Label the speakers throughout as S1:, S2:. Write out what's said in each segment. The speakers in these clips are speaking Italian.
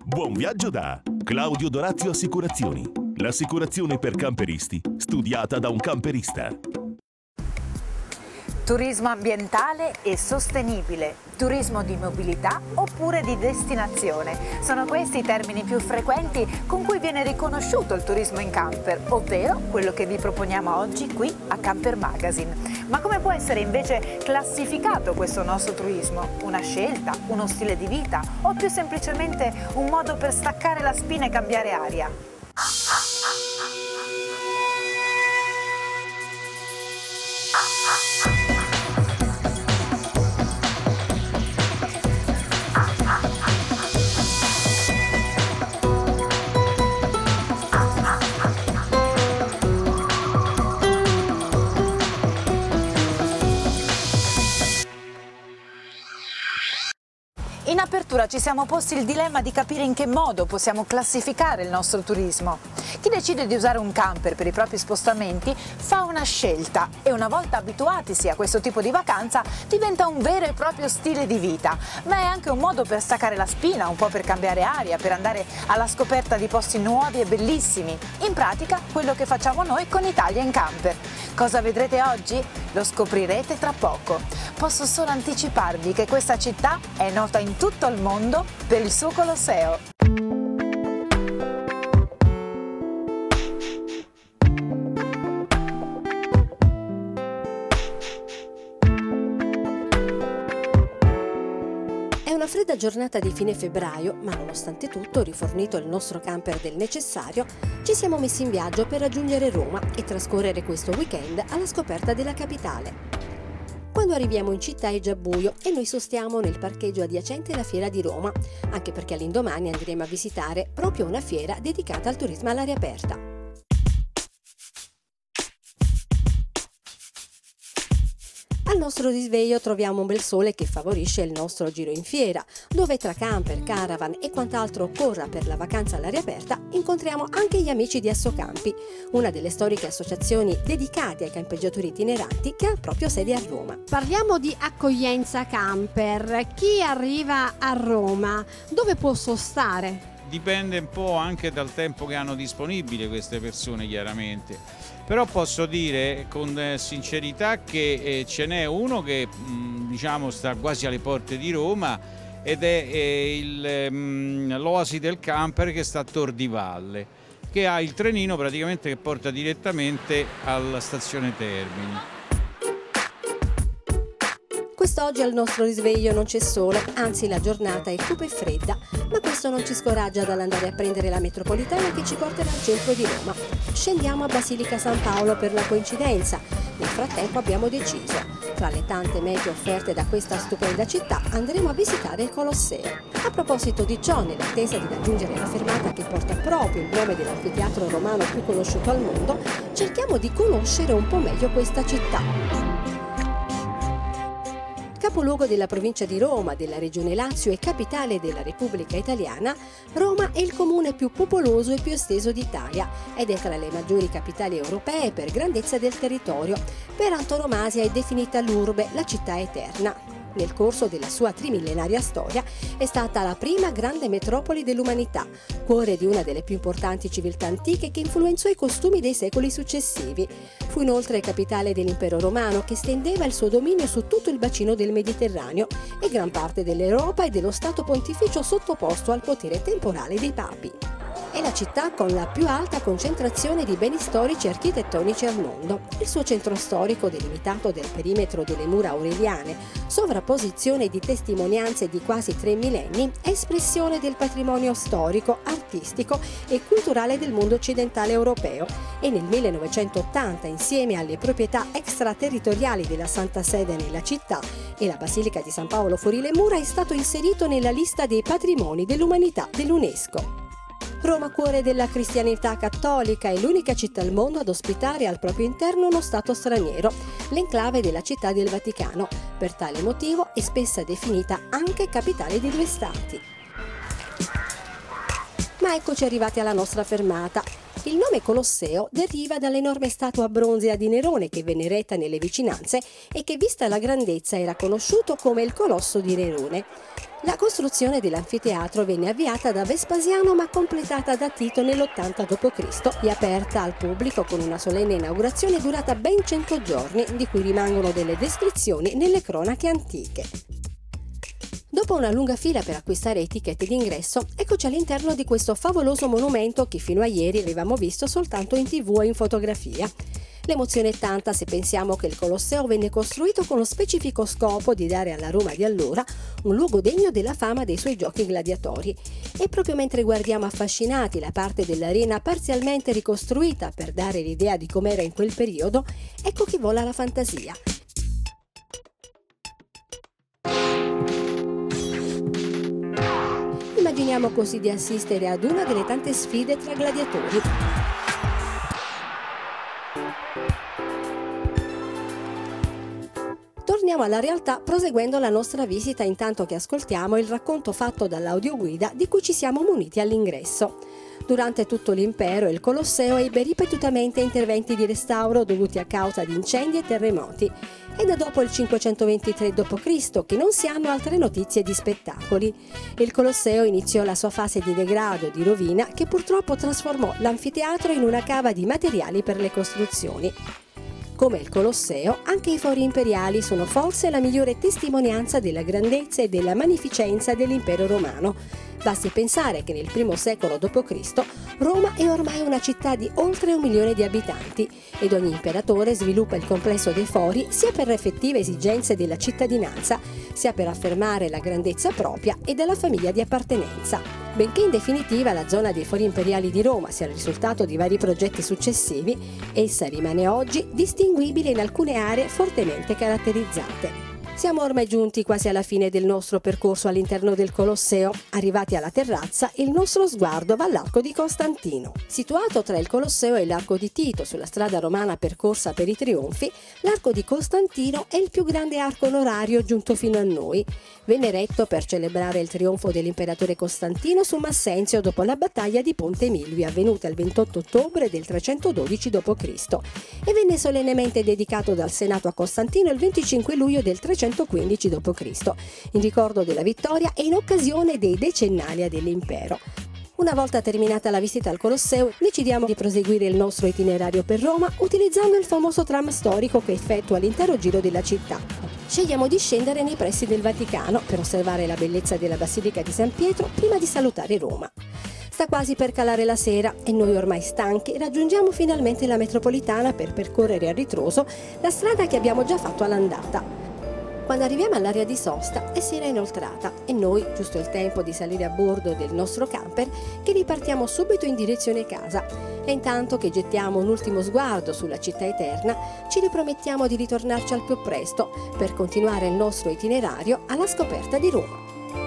S1: Buon viaggio da Claudio Dorazio Assicurazioni. L'assicurazione per camperisti, studiata da un camperista.
S2: Turismo ambientale e sostenibile, turismo di mobilità oppure di destinazione. Sono questi i termini più frequenti con cui viene riconosciuto il turismo in camper, ovvero quello che vi proponiamo oggi qui a Camper Magazine. Ma come può essere invece classificato questo nostro turismo? Una scelta, uno stile di vita o più semplicemente un modo per staccare la spina e cambiare aria? In apertura ci siamo posti il dilemma di capire in che modo possiamo classificare il nostro turismo. Chi decide di usare un camper per i propri spostamenti fa una scelta e una volta abituatisi a questo tipo di vacanza diventa un vero e proprio stile di vita, ma è anche un modo per staccare la spina, un po' per cambiare aria, per andare alla scoperta di posti nuovi e bellissimi. In pratica quello che facciamo noi con Italia in Camper. Cosa vedrete oggi? Lo scoprirete tra poco. Posso solo anticiparvi che questa città è nota in tutto il mondo per il suo Colosseo.
S3: È una fredda giornata di fine febbraio, ma nonostante tutto, rifornito il nostro camper del necessario, ci siamo messi in viaggio per raggiungere Roma e trascorrere questo weekend alla scoperta della capitale. Quando arriviamo in città è già buio e noi sostiamo nel parcheggio adiacente alla Fiera di Roma, anche perché all'indomani andremo a visitare proprio una fiera dedicata al turismo all'aria aperta. Al nostro risveglio troviamo un bel sole che favorisce il nostro giro in fiera, dove tra camper, caravan e quant'altro occorra per la vacanza all'aria aperta incontriamo anche gli amici di Assocampi, una delle storiche associazioni dedicate ai campeggiatori itineranti che ha proprio sede a Roma.
S4: Parliamo di accoglienza camper. Chi arriva a Roma dove può sostare?
S5: Dipende un po' anche dal tempo che hanno disponibile queste persone, chiaramente. Però posso dire con sincerità che ce n'è uno che diciamo sta quasi alle porte di Roma ed è l'Oasi del Camper che sta a Tor di Valle, che ha il trenino praticamente che porta direttamente alla stazione Termini.
S3: Quest'oggi al nostro risveglio non c'è sole, anzi la giornata è cupa e fredda, ma questo non ci scoraggia dall'andare a prendere la metropolitana che ci porterà al centro di Roma. Scendiamo a Basilica San Paolo per la coincidenza. Nel frattempo abbiamo deciso, tra le tante mete offerte da questa stupenda città, andremo a visitare il Colosseo. A proposito di ciò, nell'attesa di raggiungere la fermata che porta proprio il nome dell'anfiteatro romano più conosciuto al mondo, cerchiamo di conoscere un po' meglio questa città. Capoluogo della provincia di Roma, della regione Lazio e capitale della Repubblica Italiana, Roma è il comune più popoloso e più esteso d'Italia ed è tra le maggiori capitali europee per grandezza del territorio. Per antonomasia è definita l'urbe, la città eterna. Nel corso della sua trimillenaria storia è stata la prima grande metropoli dell'umanità, cuore di una delle più importanti civiltà antiche che influenzò i costumi dei secoli successivi. Fu inoltre capitale dell'impero romano che stendeva il suo dominio su tutto il bacino del Mediterraneo e gran parte dell'Europa e dello Stato Pontificio sottoposto al potere temporale dei papi. È la città con la più alta concentrazione di beni storici e architettonici al mondo. Il suo centro storico, delimitato dal perimetro delle mura aureliane, sovrapposizione di testimonianze di quasi 3 millenni, è espressione del patrimonio storico, artistico e culturale del mondo occidentale europeo e nel 1980, insieme alle proprietà extraterritoriali della Santa Sede nella città e la Basilica di San Paolo fuori le mura, è stato inserito nella lista dei patrimoni dell'umanità dell'UNESCO. Roma, cuore della cristianità cattolica, è l'unica città al mondo ad ospitare al proprio interno uno stato straniero, l'enclave della Città del Vaticano. Per tale motivo è spesso definita anche capitale dei due stati. Ma eccoci arrivati alla nostra fermata. Il nome Colosseo deriva dall'enorme statua bronzea di Nerone che venne eretta nelle vicinanze e che, vista la grandezza, era conosciuto come il Colosso di Nerone. La costruzione dell'anfiteatro venne avviata da Vespasiano ma completata da Tito nell'80 d.C. e aperta al pubblico con una solenne inaugurazione durata ben 100 giorni, di cui rimangono delle descrizioni nelle cronache antiche. Dopo una lunga fila per acquistare i ticket d'ingresso, eccoci all'interno di questo favoloso monumento che fino a ieri avevamo visto soltanto in TV e in fotografia. L'emozione è tanta se pensiamo che il Colosseo venne costruito con lo specifico scopo di dare alla Roma di allora un luogo degno della fama dei suoi giochi gladiatori. E proprio mentre guardiamo affascinati la parte dell'arena parzialmente ricostruita per dare l'idea di com'era in quel periodo, ecco che vola la fantasia. Immaginiamo così di assistere ad una delle tante sfide tra gladiatori. Torniamo alla realtà proseguendo la nostra visita intanto che ascoltiamo il racconto fatto dall'audioguida di cui ci siamo muniti all'ingresso. Durante tutto l'impero il Colosseo ebbe ripetutamente interventi di restauro dovuti a causa di incendi e terremoti. È da dopo il 523 d.C. che non si hanno altre notizie di spettacoli. Il Colosseo iniziò la sua fase di degrado e di rovina che purtroppo trasformò l'anfiteatro in una cava di materiali per le costruzioni. Come il Colosseo, anche i fori imperiali sono forse la migliore testimonianza della grandezza e della magnificenza dell'impero romano. Basti pensare che nel I secolo d.C. Roma è ormai una città di oltre 1 milione di abitanti ed ogni imperatore sviluppa il complesso dei fori sia per effettive esigenze della cittadinanza, sia per affermare la grandezza propria e della famiglia di appartenenza. Benché in definitiva la zona dei fori imperiali di Roma sia il risultato di vari progetti successivi, essa rimane oggi distinguibile in alcune aree fortemente caratterizzate. Siamo ormai giunti quasi alla fine del nostro percorso all'interno del Colosseo. Arrivati alla terrazza, il nostro sguardo va all'Arco di Costantino. Situato tra il Colosseo e l'Arco di Tito, sulla strada romana percorsa per i trionfi, l'Arco di Costantino è il più grande arco onorario giunto fino a noi. Venne eretto per celebrare il trionfo dell'imperatore Costantino su Massenzio dopo la battaglia di Ponte Milvio, avvenuta il 28 ottobre del 312 d.C. e venne solennemente dedicato dal Senato a Costantino il 25 luglio del 315 d.C., in ricordo della vittoria e in occasione dei decennali dell'impero. Una volta terminata la visita al Colosseo, decidiamo di proseguire il nostro itinerario per Roma utilizzando il famoso tram storico che effettua l'intero giro della città. Scegliamo di scendere nei pressi del Vaticano per osservare la bellezza della Basilica di San Pietro prima di salutare Roma. Sta quasi per calare la sera e noi, ormai stanchi, raggiungiamo finalmente la metropolitana per percorrere a ritroso la strada che abbiamo già fatto all'andata. Quando arriviamo all'area di sosta è sera inoltrata e noi, giusto il tempo di salire a bordo del nostro camper, che ripartiamo subito in direzione casa. E intanto che gettiamo un ultimo sguardo sulla città eterna, ci ripromettiamo di ritornarci al più presto per continuare il nostro itinerario alla scoperta di Roma.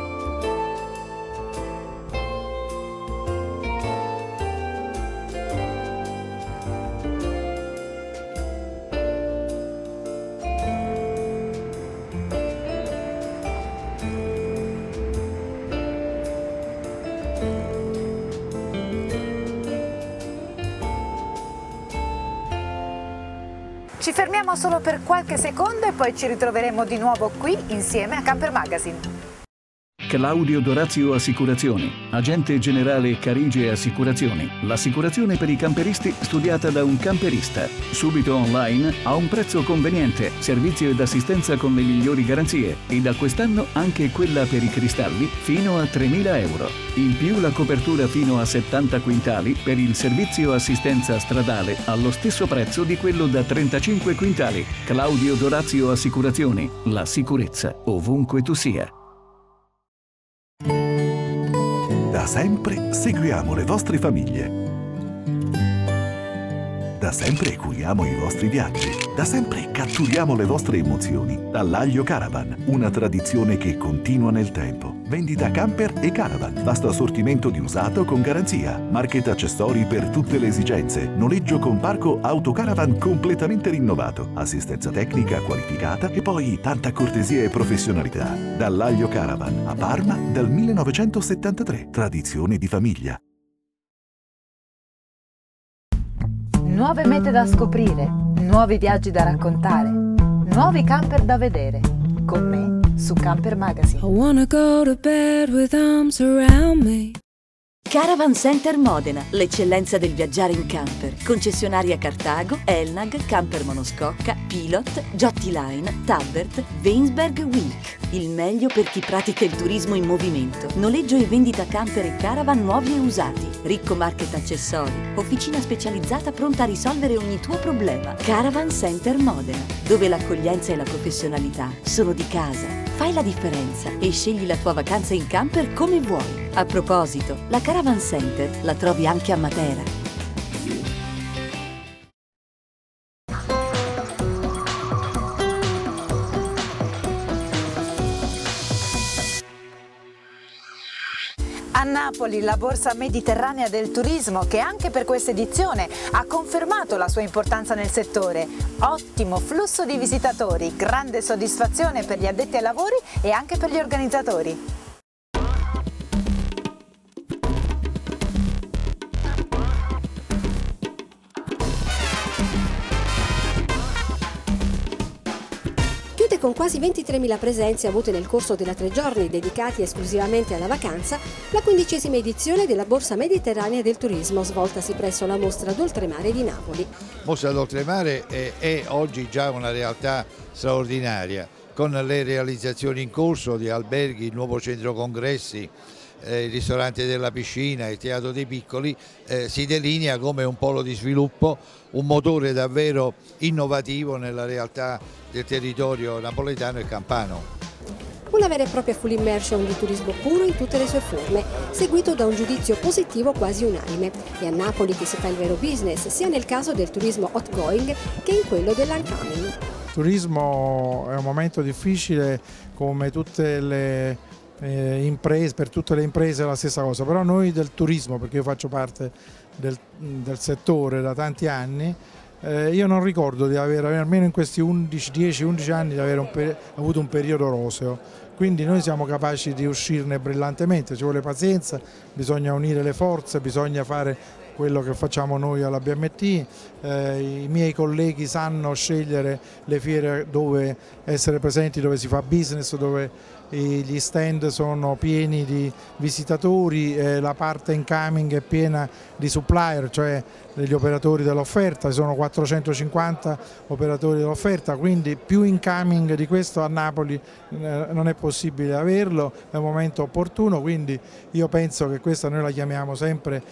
S2: Ci fermiamo solo per qualche secondo e poi ci ritroveremo di nuovo qui insieme a Camper Magazine.
S6: Claudio Dorazio Assicurazioni, agente generale Carige Assicurazioni. L'assicurazione per i camperisti studiata da un camperista. Subito online, a un prezzo conveniente, servizio ed assistenza con le migliori garanzie e da quest'anno anche quella per i cristalli fino a 3.000 euro. In più la copertura fino a 70 quintali per il servizio assistenza stradale allo stesso prezzo di quello da 35 quintali. Claudio Dorazio Assicurazioni, la sicurezza ovunque tu sia.
S7: Da sempre seguiamo le vostre famiglie. Da sempre curiamo i vostri viaggi. Da sempre catturiamo le vostre emozioni. Dall'Aglio Caravan, una tradizione che continua nel tempo. Vendita camper e caravan. Vasto assortimento di usato con garanzia. Market accessori per tutte le esigenze. Noleggio con parco autocaravan completamente rinnovato. Assistenza tecnica qualificata e poi tanta cortesia e professionalità. Dall'Aglio Caravan a Parma dal 1973. Tradizione di famiglia.
S2: nuove mete da scoprire, nuovi viaggi da raccontare, nuovi camper da vedere. Con me su Camper Magazine.
S8: I wanna go to bed with arms around me.
S9: Caravan Center Modena, l'eccellenza del viaggiare in camper. Concessionaria Cartago, Elnag, Camper Monoscocca, Pilot, Jotti Line, Tabbert, Weinsberg Wilk. Il meglio per chi pratica il turismo in movimento. Noleggio e vendita camper e caravan nuovi e usati. Ricco market accessori. Officina specializzata pronta a risolvere ogni tuo problema. Caravan Center Modena, dove l'accoglienza e la professionalità sono di casa. Fai la differenza e scegli la tua vacanza in camper come vuoi. A proposito, la Caravan Center la trovi anche a Matera.
S2: A Napoli la Borsa Mediterranea del Turismo, che anche per questa edizione ha confermato la sua importanza nel settore. Ottimo flusso di visitatori, grande soddisfazione per gli addetti ai lavori e anche per gli organizzatori.
S3: Con quasi 23.000 presenze avute nel corso della 3 giorni dedicati esclusivamente alla vacanza, la 15ª edizione della Borsa Mediterranea del Turismo, svoltasi presso la Mostra d'Oltremare di Napoli.
S10: Mostra d'Oltremare è oggi già una realtà straordinaria, con le realizzazioni in corso di alberghi, il nuovo centro congressi, il ristorante della piscina, il teatro dei piccoli, si delinea come un polo di sviluppo, un motore davvero innovativo nella realtà del territorio napoletano e campano.
S3: Una vera e propria full immersion di turismo puro in tutte le sue forme, seguito da un giudizio positivo quasi unanime. È a Napoli che si fa il vero business, sia nel caso del turismo outgoing che in quello dell'uncoming.
S11: Il turismo è un momento difficile, come tutte le imprese, per tutte le imprese è la stessa cosa, però noi del turismo, perché io faccio parte del settore da tanti anni, io non ricordo di avere, almeno in questi 10-11 anni, di aver avuto un periodo roseo, quindi noi siamo capaci di uscirne brillantemente. Ci vuole pazienza, bisogna unire le forze, bisogna fare quello che facciamo noi alla BMT, i miei colleghi sanno scegliere le fiere dove essere presenti, dove si fa business, dove gli stand sono pieni di visitatori, la parte incoming è piena di supplier, cioè degli operatori dell'offerta, ci sono 450 operatori dell'offerta, quindi più incoming di questo a Napoli non è possibile averlo, è un momento opportuno, quindi io penso che questa noi la chiamiamo sempre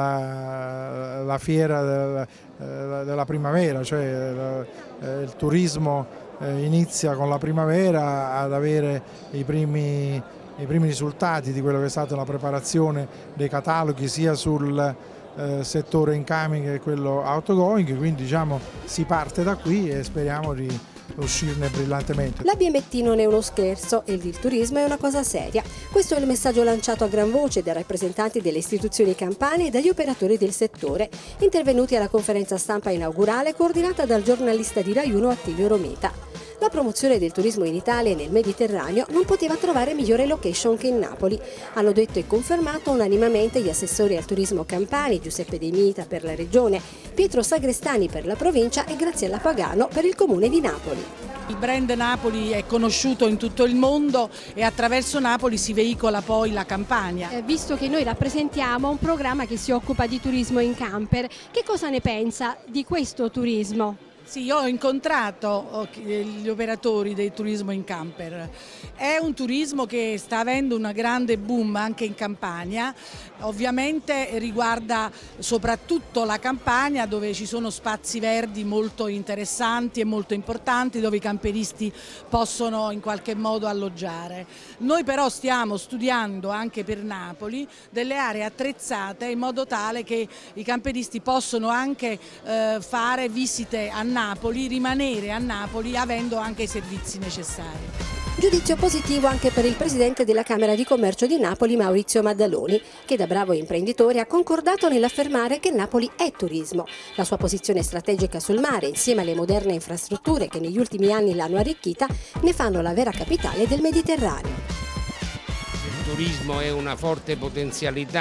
S11: la fiera della primavera, cioè il turismo inizia con la primavera ad avere i primi risultati di quello che è stata la preparazione dei cataloghi sia sul settore incoming che quello outgoing, quindi diciamo si parte da qui e speriamo di uscirne brillantemente.
S3: La BMT non è uno scherzo e il turismo è una cosa seria. Questo è il messaggio lanciato a gran voce dai rappresentanti delle istituzioni campane e dagli operatori del settore, intervenuti alla conferenza stampa inaugurale coordinata dal giornalista di Rai 1 Attilio Rometa. La promozione del turismo in Italia e nel Mediterraneo non poteva trovare migliore location che in Napoli. Hanno detto e confermato unanimemente gli assessori al turismo campani, Giuseppe De Mita per la regione, Pietro Sagrestani per la provincia e Graziella Pagano per il comune di Napoli.
S12: Il brand Napoli è conosciuto in tutto il mondo e attraverso Napoli si veicola poi la Campania.
S4: Visto che noi rappresentiamo un programma che si occupa di turismo in camper, che cosa ne pensa di questo turismo?
S12: Sì, io ho incontrato gli operatori del turismo in camper. È un turismo che sta avendo una grande boom anche in Campania, ovviamente riguarda soprattutto la Campania, dove ci sono spazi verdi molto interessanti e molto importanti, dove i camperisti possono in qualche modo alloggiare. Noi però stiamo studiando anche per Napoli delle aree attrezzate in modo tale che i camperisti possono anche fare visite a Napoli, rimanere a Napoli avendo anche i servizi necessari.
S3: Giudizio positivo anche per il presidente della Camera di Commercio di Napoli, Maurizio Maddaloni, che da bravo imprenditore ha concordato nell'affermare che Napoli è turismo. La sua posizione strategica sul mare, insieme alle moderne infrastrutture che negli ultimi anni l'hanno arricchita, ne fanno la vera capitale del Mediterraneo.
S13: Il turismo è una forte potenzialità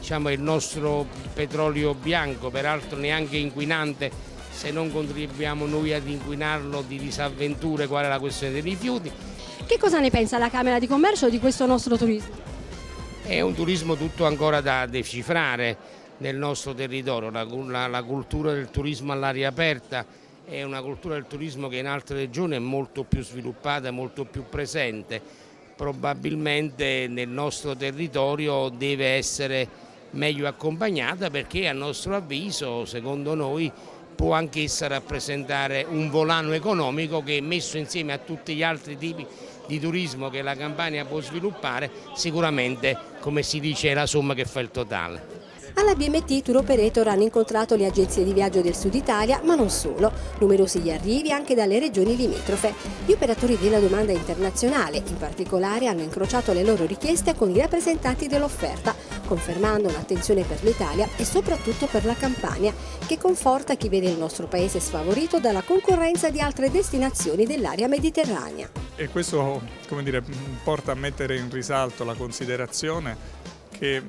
S13: diciamo, il nostro petrolio bianco, peraltro neanche inquinante se non contribuiamo noi ad inquinarlo di disavventure, qual è la questione dei rifiuti.
S4: Che cosa ne pensa la Camera di Commercio di questo nostro turismo?
S13: È un turismo tutto ancora da decifrare nel nostro territorio, la cultura del turismo all'aria aperta è una cultura del turismo che in altre regioni è molto più sviluppata, molto più presente. Probabilmente nel nostro territorio deve essere meglio accompagnata perché a nostro avviso, secondo noi, può anche essa rappresentare un volano economico che, messo insieme a tutti gli altri tipi di turismo che la Campania può sviluppare, sicuramente, come si dice, è la somma che fa il totale.
S3: Alla BMT i tour operator hanno incontrato le agenzie di viaggio del Sud Italia, ma non solo. Numerosi gli arrivi anche dalle regioni limitrofe. Gli operatori della domanda internazionale, in particolare, hanno incrociato le loro richieste con i rappresentanti dell'offerta, confermando un'attenzione per l'Italia e soprattutto per la Campania, che conforta chi vede il nostro paese sfavorito dalla concorrenza di altre destinazioni dell'area mediterranea.
S14: E questo, come dire, porta a mettere in risalto la considerazione che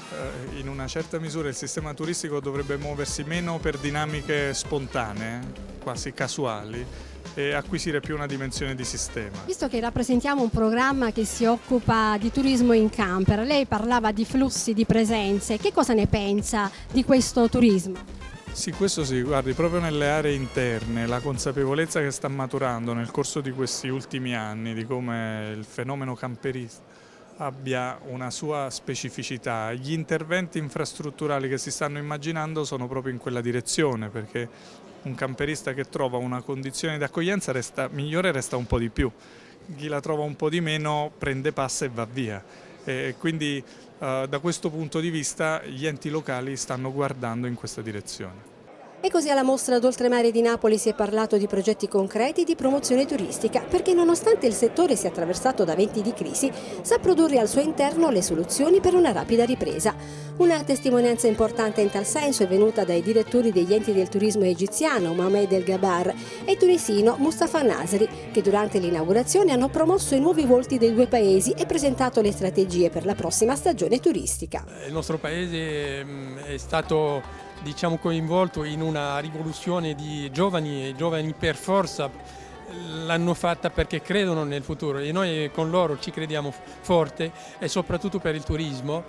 S14: in una certa misura il sistema turistico dovrebbe muoversi meno per dinamiche spontanee, quasi casuali, e acquisire più una dimensione di sistema.
S4: Visto che rappresentiamo un programma che si occupa di turismo in camper, lei parlava di flussi di presenze, che cosa ne pensa di questo turismo?
S14: Sì, questo sì, guardi, proprio nelle aree interne la consapevolezza che sta maturando nel corso di questi ultimi anni di come il fenomeno camperista abbia una sua specificità. Gli interventi infrastrutturali che si stanno immaginando sono proprio in quella direzione, perché un camperista che trova una condizione di accoglienza migliore resta un po' di più, chi la trova un po' di meno prende passa e va via. E quindi da questo punto di vista gli enti locali stanno guardando in questa direzione.
S3: E così alla mostra d'Oltremare di Napoli si è parlato di progetti concreti di promozione turistica, perché nonostante il settore sia attraversato da venti di crisi, sa produrre al suo interno le soluzioni per una rapida ripresa. Una testimonianza importante in tal senso è venuta dai direttori degli enti del turismo egiziano Mohamed El Gabar e tunisino Mustafa Nasri, che durante l'inaugurazione hanno promosso i nuovi volti dei due paesi e presentato le strategie per la prossima stagione turistica.
S15: Il nostro paese è stato, diciamo, coinvolto in una rivoluzione di giovani, e giovani per forza l'hanno fatta perché credono nel futuro e noi con loro ci crediamo forte, e soprattutto per il turismo.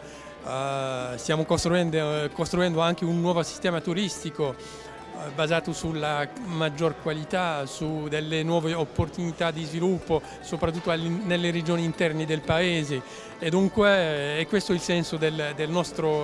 S15: Stiamo costruendo anche un nuovo sistema turistico basato sulla maggior qualità, su delle nuove opportunità di sviluppo, soprattutto nelle regioni interne del paese, e dunque è questo il senso del nostro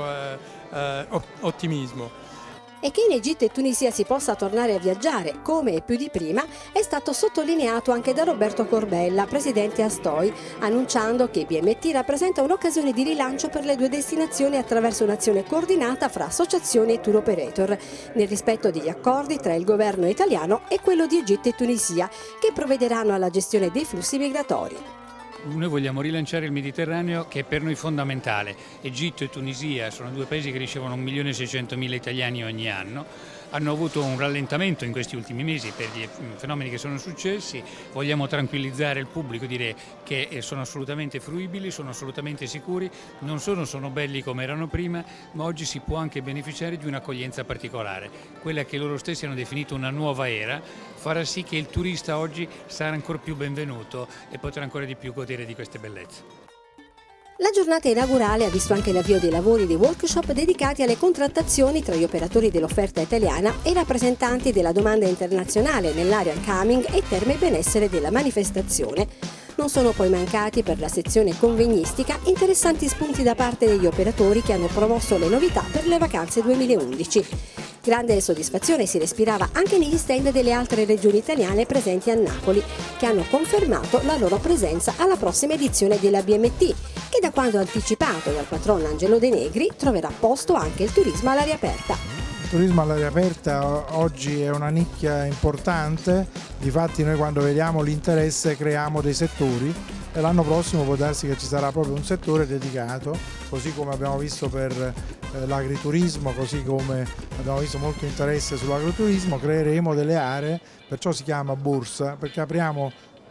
S15: ottimismo.
S3: E che in Egitto e Tunisia si possa tornare a viaggiare come e più di prima è stato sottolineato anche da Roberto Corbella, presidente Astoi, annunciando che BMT rappresenta un'occasione di rilancio per le due destinazioni attraverso un'azione coordinata fra associazioni e tour operator, nel rispetto degli accordi tra il governo italiano e quello di Egitto e Tunisia, che provvederanno alla gestione dei flussi migratori.
S16: Noi vogliamo rilanciare il Mediterraneo, che è per noi fondamentale. Egitto e Tunisia sono due paesi che ricevono 1.600.000 italiani ogni anno, hanno avuto un rallentamento in questi ultimi mesi per gli fenomeni che sono successi. Vogliamo tranquillizzare il pubblico, dire che sono assolutamente fruibili, sono assolutamente sicuri, non sono belli come erano prima, ma oggi si può anche beneficiare di un'accoglienza particolare, quella che loro stessi hanno definito una nuova era, farà sì che il turista oggi sarà ancora più benvenuto e potrà ancora di più godere di queste bellezze.
S3: La giornata inaugurale ha visto anche l'avvio dei lavori dei workshop dedicati alle contrattazioni tra gli operatori dell'offerta italiana e i rappresentanti della domanda internazionale nell'area Coming e terme e benessere della manifestazione. Non sono poi mancati per la sezione convegnistica interessanti spunti da parte degli operatori che hanno promosso le novità per le vacanze 2011. Grande soddisfazione si respirava anche negli stand delle altre regioni italiane presenti a Napoli, che hanno confermato la loro presenza alla prossima edizione della BMT, che da quanto anticipato dal patrono Angelo De Negri troverà posto anche il turismo all'aria aperta.
S11: Il turismo all'aria aperta oggi è una nicchia importante, difatti noi quando vediamo l'interesse creiamo dei settori e l'anno prossimo può darsi che ci sarà proprio un settore dedicato, così come abbiamo visto per l'agriturismo, così come abbiamo visto molto interesse sull'agriturismo, creeremo delle aree, perciò si chiama borsa, perché apriamo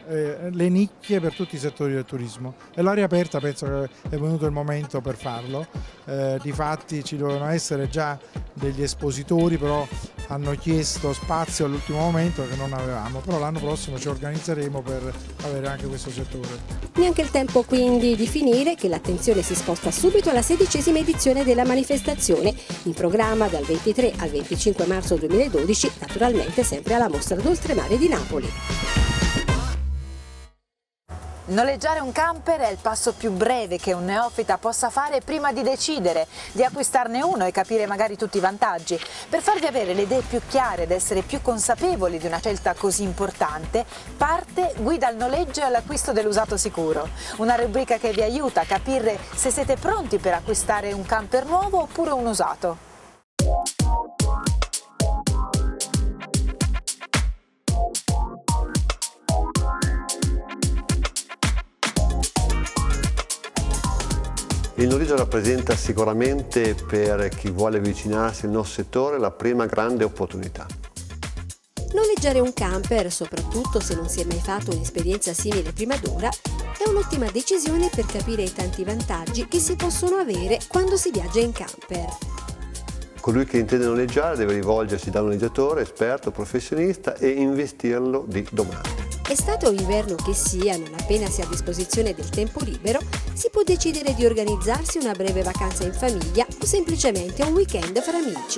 S11: le nicchie per tutti i settori del turismo, e l'aria aperta penso che è venuto il momento per farlo. Difatti ci dovevano essere già degli espositori, però hanno chiesto spazio all'ultimo momento che non avevamo, però l'anno prossimo ci organizzeremo per avere anche questo settore.
S3: Neanche il tempo quindi di finire, che l'attenzione si sposta subito alla 16ª edizione della manifestazione, in programma dal 23 al 25 marzo 2012, naturalmente sempre alla Mostra d'Oltremare di Napoli.
S2: Noleggiare un camper è il passo più breve che un neofita possa fare prima di decidere di acquistarne uno e capire magari tutti i vantaggi. Per farvi avere le idee più chiare ed essere più consapevoli di una scelta così importante, parte Guida al noleggio e all'acquisto dell'usato sicuro. Una rubrica che vi aiuta a capire se siete pronti per acquistare un camper nuovo oppure un usato.
S17: Il noleggio rappresenta sicuramente per chi vuole avvicinarsi al nostro settore la prima grande opportunità.
S3: Noleggiare un camper, soprattutto se non si è mai fatto un'esperienza simile prima d'ora, è un'ottima decisione per capire i tanti vantaggi che si possono avere quando si viaggia in camper.
S17: Colui che intende noleggiare deve rivolgersi da un noleggiatore esperto, professionista e investirlo di domande.
S3: Estate o inverno che sia, non appena si ha a disposizione del tempo libero, si può decidere di organizzarsi una breve vacanza in famiglia o semplicemente un weekend fra amici.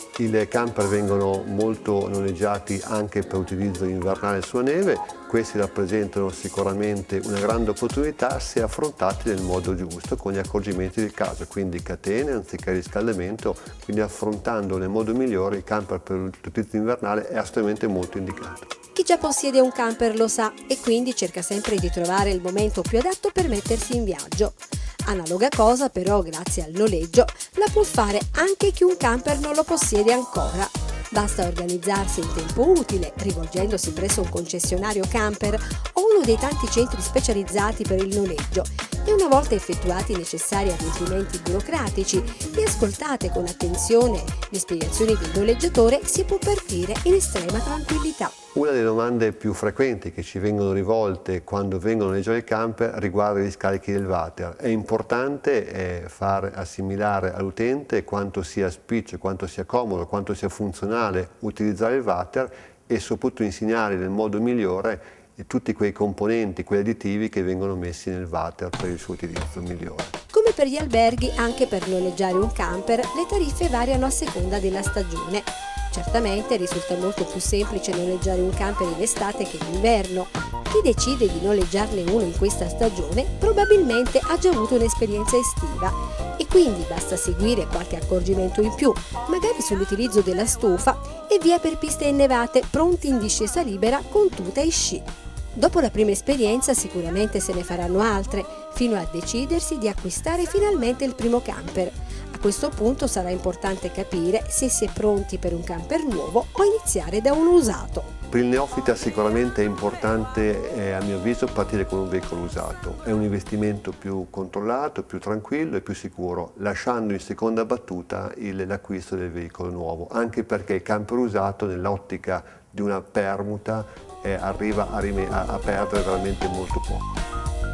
S17: I camper vengono molto noleggiati anche per utilizzo invernale sulla neve. Questi rappresentano sicuramente una grande opportunità se affrontati nel modo giusto, con gli accorgimenti del caso, quindi catene anziché riscaldamento, quindi affrontando nel modo migliore il camper per l'utilizzo invernale è assolutamente molto indicato.
S3: Chi già possiede un camper lo sa e quindi cerca sempre di trovare il momento più adatto per mettersi in viaggio. Analoga cosa però, grazie al noleggio, la può fare anche chi un camper non lo possiede ancora. Basta organizzarsi in tempo utile, rivolgendosi presso un concessionario camper o uno dei tanti centri specializzati per il noleggio, e una volta effettuati i necessari adempimenti burocratici e ascoltate con attenzione le spiegazioni del noleggiatore, si può partire in estrema tranquillità.
S17: Una delle domande più frequenti che ci vengono rivolte quando vengono a noleggiare il camper riguarda gli scarichi del water. È importante far assimilare all'utente quanto sia spiccio, quanto sia comodo, quanto sia funzionale utilizzare il water e soprattutto insegnare nel modo migliore tutti quei componenti, quei additivi che vengono messi nel water per il suo utilizzo migliore.
S3: Come per gli alberghi, anche per noleggiare un camper le tariffe variano a seconda della stagione. Certamente risulta molto più semplice noleggiare un camper in estate che in inverno. Chi decide di noleggiarne uno in questa stagione probabilmente ha già avuto un'esperienza estiva e quindi basta seguire qualche accorgimento in più, magari sull'utilizzo della stufa, e via per piste innevate pronti in discesa libera con tuta e sci. Dopo la prima esperienza sicuramente se ne faranno altre, fino a decidersi di acquistare finalmente il primo camper. A questo punto sarà importante capire se si è pronti per un camper nuovo o iniziare da uno usato.
S17: Per il neofita sicuramente è importante, a mio avviso, partire con un veicolo usato. È un investimento più controllato, più tranquillo e più sicuro, lasciando in seconda battuta l'acquisto del veicolo nuovo, anche perché il camper usato nell'ottica di una permuta arriva a perdere veramente molto poco.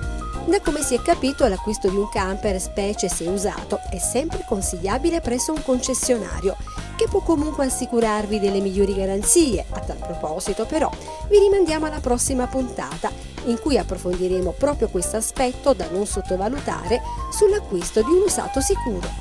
S3: Da come si è capito, l'acquisto di un camper, specie se usato, è sempre consigliabile presso un concessionario, che può comunque assicurarvi delle migliori garanzie. A tal proposito però vi rimandiamo alla prossima puntata, in cui approfondiremo proprio questo aspetto da non sottovalutare sull'acquisto di un usato sicuro.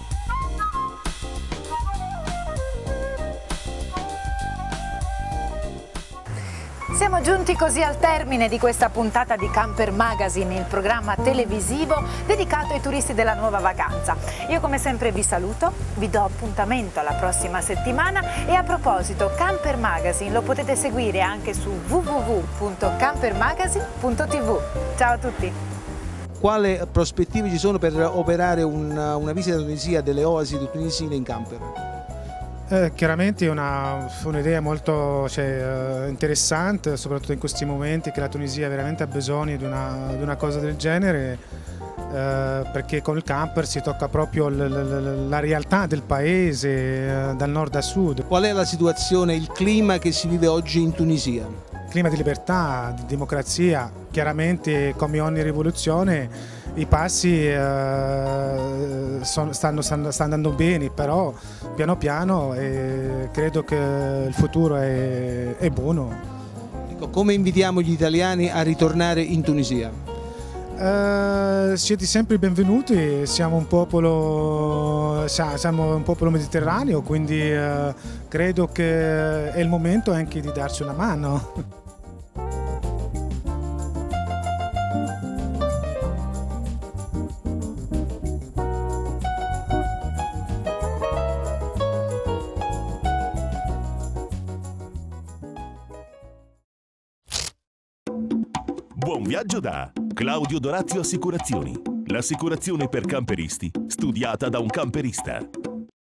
S2: Siamo giunti così al termine di questa puntata di Camper Magazine, il programma televisivo dedicato ai turisti della nuova vacanza. Io come sempre vi saluto, vi do appuntamento alla prossima settimana e a proposito, Camper Magazine lo potete seguire anche su www.campermagazine.tv. Ciao a tutti!
S18: Quali prospettive ci sono per operare una visita in Tunisia, delle oasi di tunisine in camper?
S11: Chiaramente è un'idea molto interessante, soprattutto in questi momenti che la Tunisia veramente ha bisogno di una cosa del genere, perché con il camper si tocca proprio la realtà del paese, dal nord a sud.
S18: Qual è la situazione, il clima che si vive oggi in Tunisia?
S11: Il clima di libertà, di democrazia. Chiaramente, come ogni rivoluzione, i passi stanno andando bene, però piano piano credo che il futuro è buono.
S18: Ecco, come invitiamo gli italiani a ritornare in Tunisia?
S11: Siete sempre benvenuti, siamo un popolo mediterraneo, quindi credo che è il momento anche di darci una mano.
S1: Buon viaggio da Claudio Dorazio Assicurazioni, l'assicurazione per camperisti studiata da un camperista.